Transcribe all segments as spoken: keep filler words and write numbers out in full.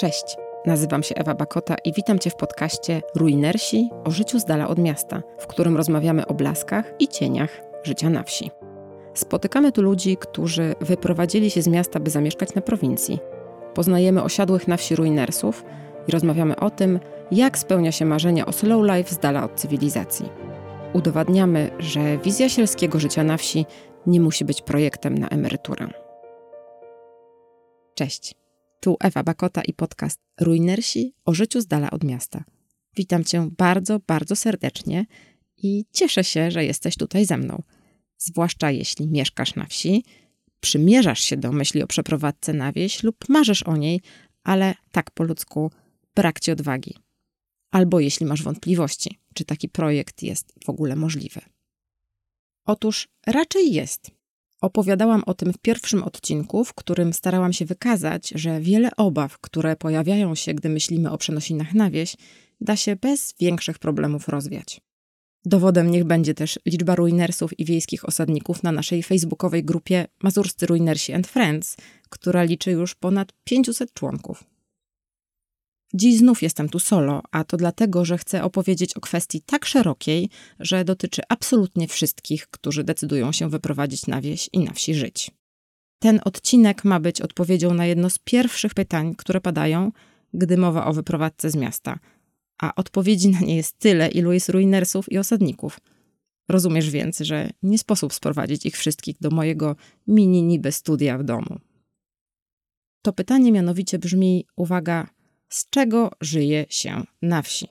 Cześć, nazywam się Ewa Bakota i witam Cię w podcaście Ruinersi o życiu z dala od miasta, w którym rozmawiamy o blaskach i cieniach życia na wsi. Spotykamy tu ludzi, którzy wyprowadzili się z miasta, by zamieszkać na prowincji. Poznajemy osiadłych na wsi ruinersów i rozmawiamy o tym, jak spełnia się marzenie o slow life z dala od cywilizacji. Udowadniamy, że wizja sielskiego życia na wsi nie musi być projektem na emeryturę. Cześć, tu Ewa Bakota i podcast Ruinersi o życiu z dala od miasta. Witam Cię bardzo, bardzo serdecznie i cieszę się, że jesteś tutaj ze mną. Zwłaszcza jeśli mieszkasz na wsi, przymierzasz się do myśli o przeprowadzce na wieś lub marzysz o niej, ale tak po ludzku brak Ci odwagi. Albo jeśli masz wątpliwości, czy taki projekt jest w ogóle możliwy. Otóż raczej jest. Opowiadałam o tym w pierwszym odcinku, w którym starałam się wykazać, że wiele obaw, które pojawiają się, gdy myślimy o przenosinach na wieś, da się bez większych problemów rozwiać. Dowodem niech będzie też liczba ruinersów i wiejskich osadników na naszej facebookowej grupie Mazurscy Ruinersi and Friends, która liczy już ponad pięćset członków. Dziś znów jestem tu solo, a to dlatego, że chcę opowiedzieć o kwestii tak szerokiej, że dotyczy absolutnie wszystkich, którzy decydują się wyprowadzić na wieś i na wsi żyć. Ten odcinek ma być odpowiedzią na jedno z pierwszych pytań, które padają, gdy mowa o wyprowadzce z miasta, a odpowiedzi na nie jest tyle, ilu jest ruinersów i osadników. Rozumiesz więc, że nie sposób sprowadzić ich wszystkich do mojego mini niby studia w domu. To pytanie mianowicie brzmi, uwaga, z czego żyje się na wsi?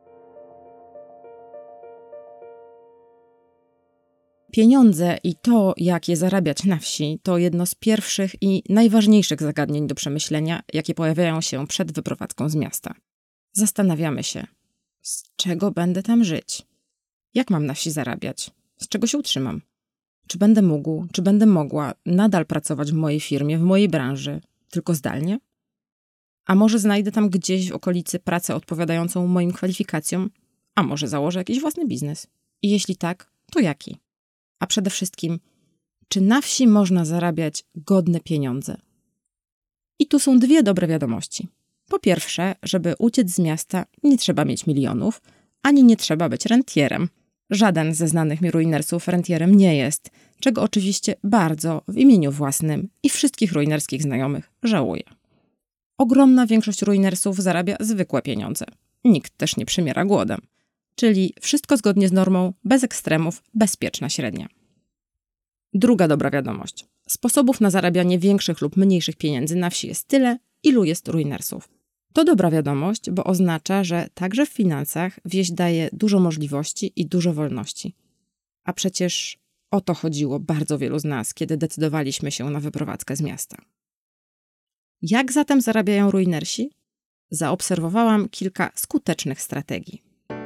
Pieniądze i to, jak je zarabiać na wsi, to jedno z pierwszych i najważniejszych zagadnień do przemyślenia, jakie pojawiają się przed wyprowadzką z miasta. Zastanawiamy się, z czego będę tam żyć? Jak mam na wsi zarabiać? Z czego się utrzymam? Czy będę mógł, czy będę mogła nadal pracować w mojej firmie, w mojej branży, tylko zdalnie? A może znajdę tam gdzieś w okolicy pracę odpowiadającą moim kwalifikacjom? A może założę jakiś własny biznes? I jeśli tak, to jaki? A przede wszystkim, czy na wsi można zarabiać godne pieniądze? I tu są dwie dobre wiadomości. Po pierwsze, żeby uciec z miasta, nie trzeba mieć milionów, ani nie trzeba być rentierem. Żaden ze znanych mi ruinersów rentierem nie jest, czego oczywiście bardzo w imieniu własnym i wszystkich ruinerskich znajomych żałuję. Ogromna większość ruinersów zarabia zwykłe pieniądze. Nikt też nie przymiera głodem. Czyli wszystko zgodnie z normą, bez ekstremów, bezpieczna średnia. Druga dobra wiadomość. Sposobów na zarabianie większych lub mniejszych pieniędzy na wsi jest tyle, ilu jest ruinersów. To dobra wiadomość, bo oznacza, że także w finansach wieś daje dużo możliwości i dużo wolności. A przecież o to chodziło bardzo wielu z nas, kiedy decydowaliśmy się na wyprowadzkę z miasta. Jak zatem zarabiają ruinersi? Zaobserwowałam kilka skutecznych strategii.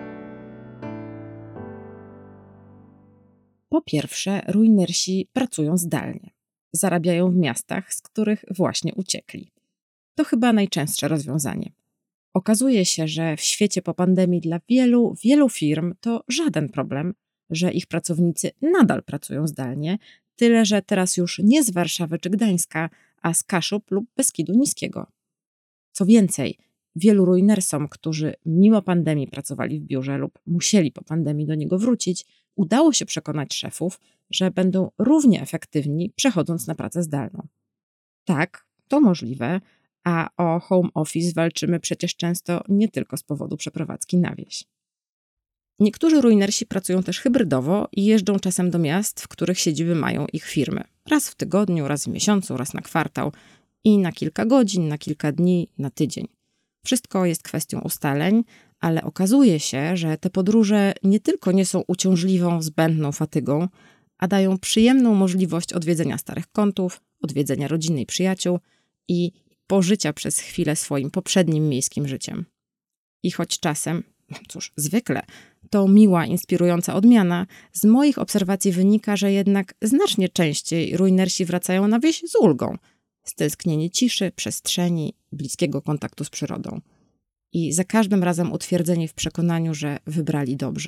Po pierwsze, ruinersi pracują zdalnie. Zarabiają w miastach, z których właśnie uciekli. To chyba najczęstsze rozwiązanie. Okazuje się, że w świecie po pandemii dla wielu, wielu firm to żaden problem, że ich pracownicy nadal pracują zdalnie, tyle że teraz już nie z Warszawy czy Gdańska, a z Kaszub lub Beskidu Niskiego. Co więcej, wielu ruinersom, którzy mimo pandemii pracowali w biurze lub musieli po pandemii do niego wrócić, udało się przekonać szefów, że będą równie efektywni przechodząc na pracę zdalną. Tak, to możliwe, a o home office walczymy przecież często nie tylko z powodu przeprowadzki na wieś. Niektórzy ruinersi pracują też hybrydowo i jeżdżą czasem do miast, w których siedziby mają ich firmy. Raz w tygodniu, raz w miesiącu, raz na kwartał i na kilka godzin, na kilka dni, na tydzień. Wszystko jest kwestią ustaleń, ale okazuje się, że te podróże nie tylko nie są uciążliwą, zbędną fatygą, a dają przyjemną możliwość odwiedzenia starych kątów, odwiedzenia rodziny i przyjaciół i pożycia przez chwilę swoim poprzednim miejskim życiem. I choć czasem, cóż, zwykle, to miła, inspirująca odmiana, z moich obserwacji wynika, że jednak znacznie częściej ruinersi wracają na wieś z ulgą, stęsknieni ciszy, przestrzeni, bliskiego kontaktu z przyrodą. I za każdym razem utwierdzeni w przekonaniu, że wybrali dobrze.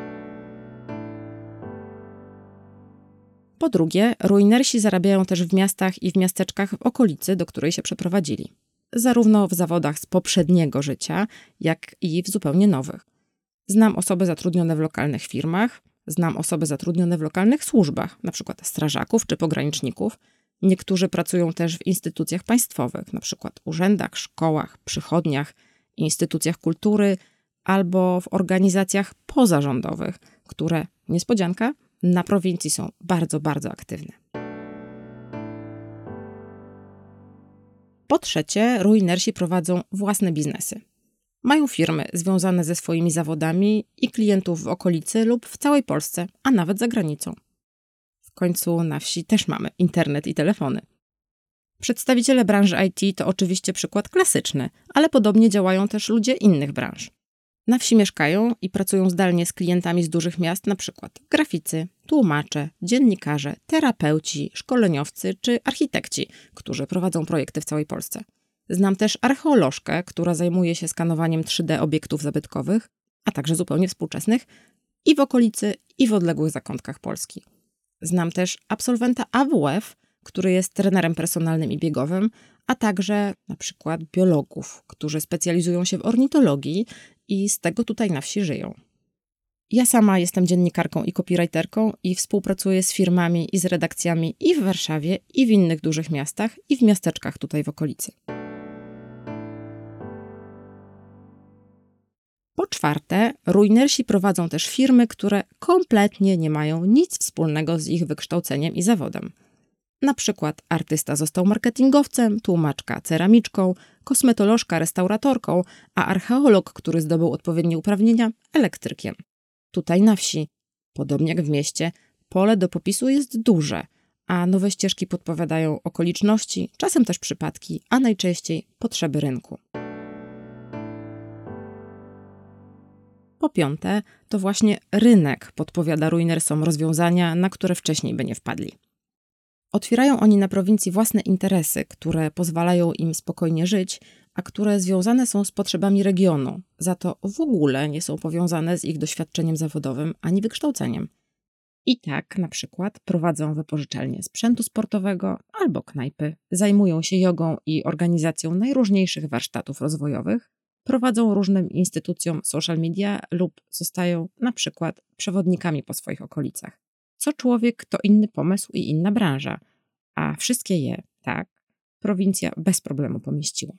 Po drugie, ruinersi zarabiają też w miastach i w miasteczkach w okolicy, do której się przeprowadzili. zarówno w zawodach z poprzedniego życia, jak i w zupełnie nowych. Znam osoby zatrudnione w lokalnych firmach, znam osoby zatrudnione w lokalnych służbach, np. strażaków czy pograniczników. Niektórzy pracują też w instytucjach państwowych, np. urzędach, szkołach, przychodniach, instytucjach kultury albo w organizacjach pozarządowych, które, niespodzianka, na prowincji są bardzo, bardzo aktywne. Po trzecie, ruinersi prowadzą własne biznesy. Mają firmy związane ze swoimi zawodami i klientów w okolicy lub w całej Polsce, a nawet za granicą. W końcu na wsi też mamy internet i telefony. Przedstawiciele branży I T to oczywiście przykład klasyczny, ale podobnie działają też ludzie innych branż. Na wsi mieszkają i pracują zdalnie z klientami z dużych miast, np. graficy, tłumacze, dziennikarze, terapeuci, szkoleniowcy czy architekci, którzy prowadzą projekty w całej Polsce. Znam też archeolożkę, która zajmuje się skanowaniem trzy D obiektów zabytkowych, a także zupełnie współczesnych, i w okolicy, i w odległych zakątkach Polski. Znam też absolwenta A W F, który jest trenerem personalnym i biegowym, a także na przykład biologów, którzy specjalizują się w ornitologii i z tego tutaj na wsi żyją. Ja sama jestem dziennikarką i copywriterką i współpracuję z firmami i z redakcjami i w Warszawie, i w innych dużych miastach, i w miasteczkach tutaj w okolicy. Po czwarte, ruinersi prowadzą też firmy, które kompletnie nie mają nic wspólnego z ich wykształceniem i zawodem. Na przykład artysta został marketingowcem, tłumaczka ceramiczką, kosmetolożka restauratorką, a archeolog, który zdobył odpowiednie uprawnienia, elektrykiem. Tutaj na wsi, podobnie jak w mieście, pole do popisu jest duże, a nowe ścieżki podpowiadają okoliczności, czasem też przypadki, a najczęściej potrzeby rynku. Po piąte, to właśnie rynek podpowiada ruinersom rozwiązania, na które wcześniej by nie wpadli. Otwierają oni na prowincji własne interesy, które pozwalają im spokojnie żyć, a które związane są z potrzebami regionu, za to w ogóle nie są powiązane z ich doświadczeniem zawodowym ani wykształceniem. I tak na przykład prowadzą wypożyczalnie sprzętu sportowego albo knajpy, zajmują się jogą i organizacją najróżniejszych warsztatów rozwojowych, prowadzą różnym instytucjom social media lub zostają na przykład przewodnikami po swoich okolicach. Co człowiek, to inny pomysł i inna branża, a wszystkie je, tak, prowincja bez problemu pomieściła.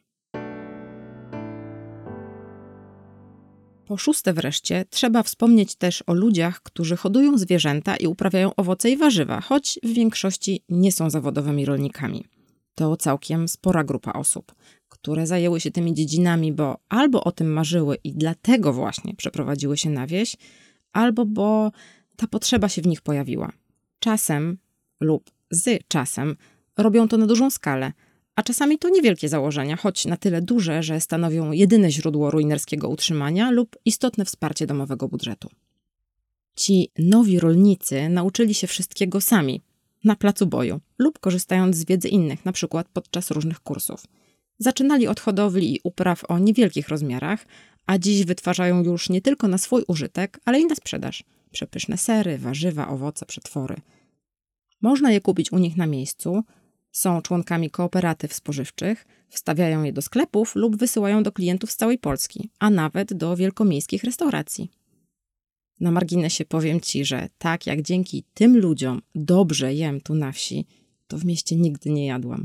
Po szóste wreszcie, trzeba wspomnieć też o ludziach, którzy hodują zwierzęta i uprawiają owoce i warzywa, choć w większości nie są zawodowymi rolnikami. To całkiem spora grupa osób, które zajęły się tymi dziedzinami, bo albo o tym marzyły i dlatego właśnie przeprowadziły się na wieś, albo bo ta potrzeba się w nich pojawiła. Czasem lub z czasem robią to na dużą skalę, a czasami to niewielkie założenia, choć na tyle duże, że stanowią jedyne źródło ruinerskiego utrzymania lub istotne wsparcie domowego budżetu. Ci nowi rolnicy nauczyli się wszystkiego sami, na placu boju lub korzystając z wiedzy innych, na przykład podczas różnych kursów. Zaczynali od hodowli i upraw o niewielkich rozmiarach, a dziś wytwarzają już nie tylko na swój użytek, ale i na sprzedaż. Przepyszne sery, warzywa, owoce, przetwory. Można je kupić u nich na miejscu, są członkami kooperatyw spożywczych, wstawiają je do sklepów lub wysyłają do klientów z całej Polski, a nawet do wielkomiejskich restauracji. Na marginesie powiem Ci, że tak jak dzięki tym ludziom dobrze jem tu na wsi, to w mieście nigdy nie jadłam.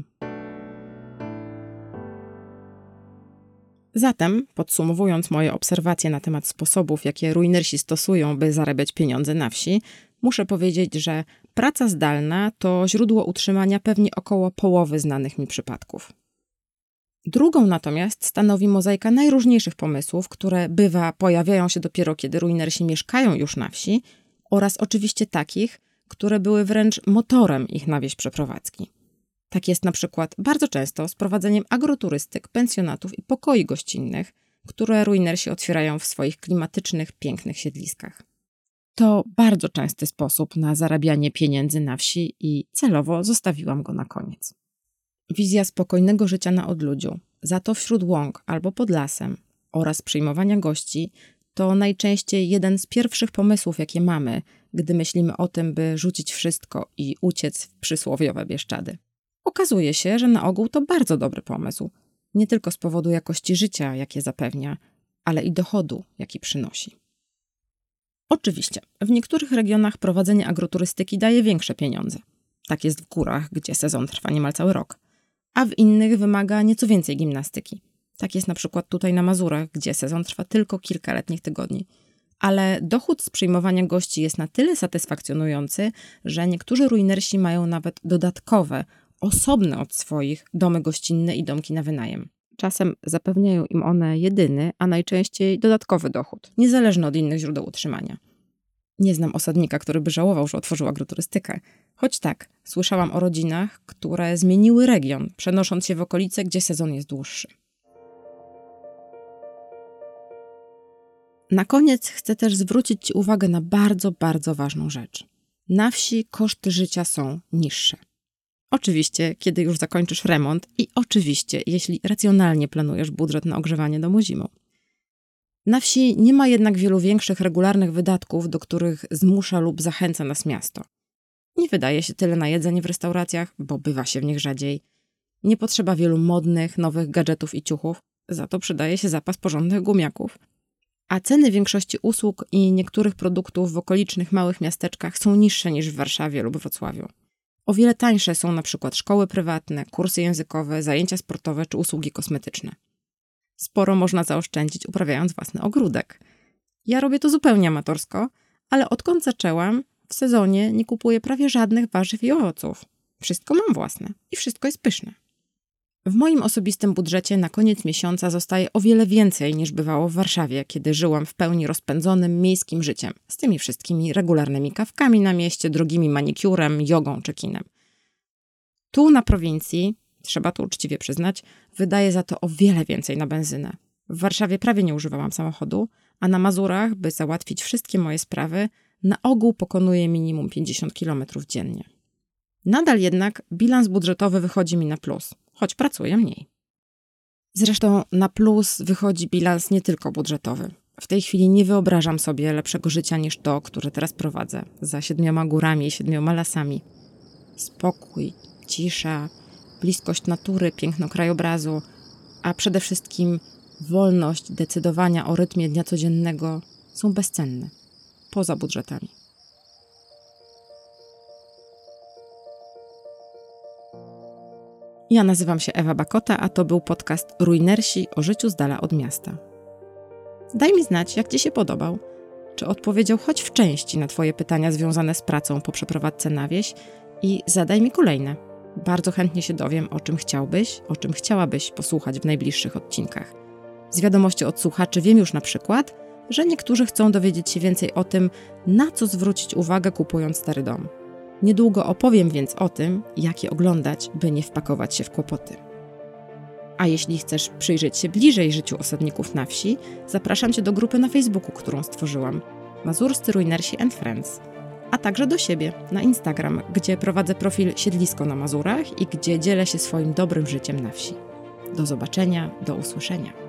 Zatem, podsumowując moje obserwacje na temat sposobów, jakie ruinersi stosują, by zarabiać pieniądze na wsi, muszę powiedzieć, że praca zdalna to źródło utrzymania pewnie około połowy znanych mi przypadków. Drugą natomiast stanowi mozaika najróżniejszych pomysłów, które bywa pojawiają się dopiero kiedy ruinersi mieszkają już na wsi, oraz oczywiście takich, które były wręcz motorem ich na wieś przeprowadzki. Tak jest na przykład bardzo często z prowadzeniem agroturystyk, pensjonatów i pokoi gościnnych, które ruinersi otwierają w swoich klimatycznych, pięknych siedliskach. To bardzo częsty sposób na zarabianie pieniędzy na wsi i celowo zostawiłam go na koniec. Wizja spokojnego życia na odludziu, za to wśród łąk albo pod lasem oraz przyjmowania gości to najczęściej jeden z pierwszych pomysłów, jakie mamy, gdy myślimy o tym, by rzucić wszystko i uciec w przysłowiowe Bieszczady. Okazuje się, że na ogół to bardzo dobry pomysł. Nie tylko z powodu jakości życia, jakie zapewnia, ale i dochodu, jaki przynosi. Oczywiście, w niektórych regionach prowadzenie agroturystyki daje większe pieniądze. Tak jest w górach, gdzie sezon trwa niemal cały rok. A w innych wymaga nieco więcej gimnastyki. Tak jest na przykład tutaj na Mazurach, gdzie sezon trwa tylko kilka letnich tygodni. Ale dochód z przyjmowania gości jest na tyle satysfakcjonujący, że niektórzy ruinersi mają nawet dodatkowe, osobne od swoich domy gościnne i domki na wynajem. Czasem zapewniają im one jedyny, a najczęściej dodatkowy dochód, niezależny od innych źródeł utrzymania. Nie znam osadnika, który by żałował, że otworzył agroturystykę. Choć tak, słyszałam o rodzinach, które zmieniły region, przenosząc się w okolice, gdzie sezon jest dłuższy. Na koniec chcę też zwrócić Ci uwagę na bardzo, bardzo ważną rzecz. Na wsi koszty życia są niższe. Oczywiście, kiedy już zakończysz remont i oczywiście, jeśli racjonalnie planujesz budżet na ogrzewanie domu zimą. Na wsi nie ma jednak wielu większych, regularnych wydatków, do których zmusza lub zachęca nas miasto. Nie wydaje się tyle na jedzenie w restauracjach, bo bywa się w nich rzadziej. Nie potrzeba wielu modnych, nowych gadżetów i ciuchów, za to przydaje się zapas porządnych gumiaków. A ceny większości usług i niektórych produktów w okolicznych małych miasteczkach są niższe niż w Warszawie lub Wrocławiu. O wiele tańsze są na przykład szkoły prywatne, kursy językowe, zajęcia sportowe czy usługi kosmetyczne. Sporo można zaoszczędzić, uprawiając własny ogródek. Ja robię to zupełnie amatorsko, ale odkąd zaczęłam, w sezonie nie kupuję prawie żadnych warzyw i owoców. Wszystko mam własne i wszystko jest pyszne. W moim osobistym budżecie na koniec miesiąca zostaje o wiele więcej niż bywało w Warszawie, kiedy żyłam w pełni rozpędzonym miejskim życiem, z tymi wszystkimi regularnymi kawkami na mieście, drogimi manikurem, jogą czy kinem. Tu na prowincji, trzeba to uczciwie przyznać, wydaję za to o wiele więcej na benzynę. W Warszawie prawie nie używałam samochodu, a na Mazurach, by załatwić wszystkie moje sprawy, na ogół pokonuję minimum pięćdziesiąt kilometrów dziennie. Nadal jednak bilans budżetowy wychodzi mi na plus, choć pracuję mniej. Zresztą na plus wychodzi bilans nie tylko budżetowy. W tej chwili nie wyobrażam sobie lepszego życia niż to, które teraz prowadzę, za siedmioma górami i siedmioma lasami. Spokój, cisza, bliskość natury, piękno krajobrazu, a przede wszystkim wolność decydowania o rytmie dnia codziennego są bezcenne, poza budżetami. Ja nazywam się Ewa Bakota, a to był podcast Ruinersi o życiu z dala od miasta. Daj mi znać, jak Ci się podobał. Czy odpowiedział choć w części na Twoje pytania związane z pracą po przeprowadzce na wieś i zadaj mi kolejne. Bardzo chętnie się dowiem, o czym chciałbyś, o czym chciałabyś posłuchać w najbliższych odcinkach. Z wiadomości od słuchaczy wiem już na przykład, że niektórzy chcą dowiedzieć się więcej o tym, na co zwrócić uwagę kupując stary dom. Niedługo opowiem więc o tym, jak je oglądać, by nie wpakować się w kłopoty. A jeśli chcesz przyjrzeć się bliżej życiu osadników na wsi, zapraszam Cię do grupy na Facebooku, którą stworzyłam. Mazurscy Ruinersi and Friends. A także do siebie, na Instagram, gdzie prowadzę profil Siedlisko na Mazurach i gdzie dzielę się swoim dobrym życiem na wsi. Do zobaczenia, do usłyszenia.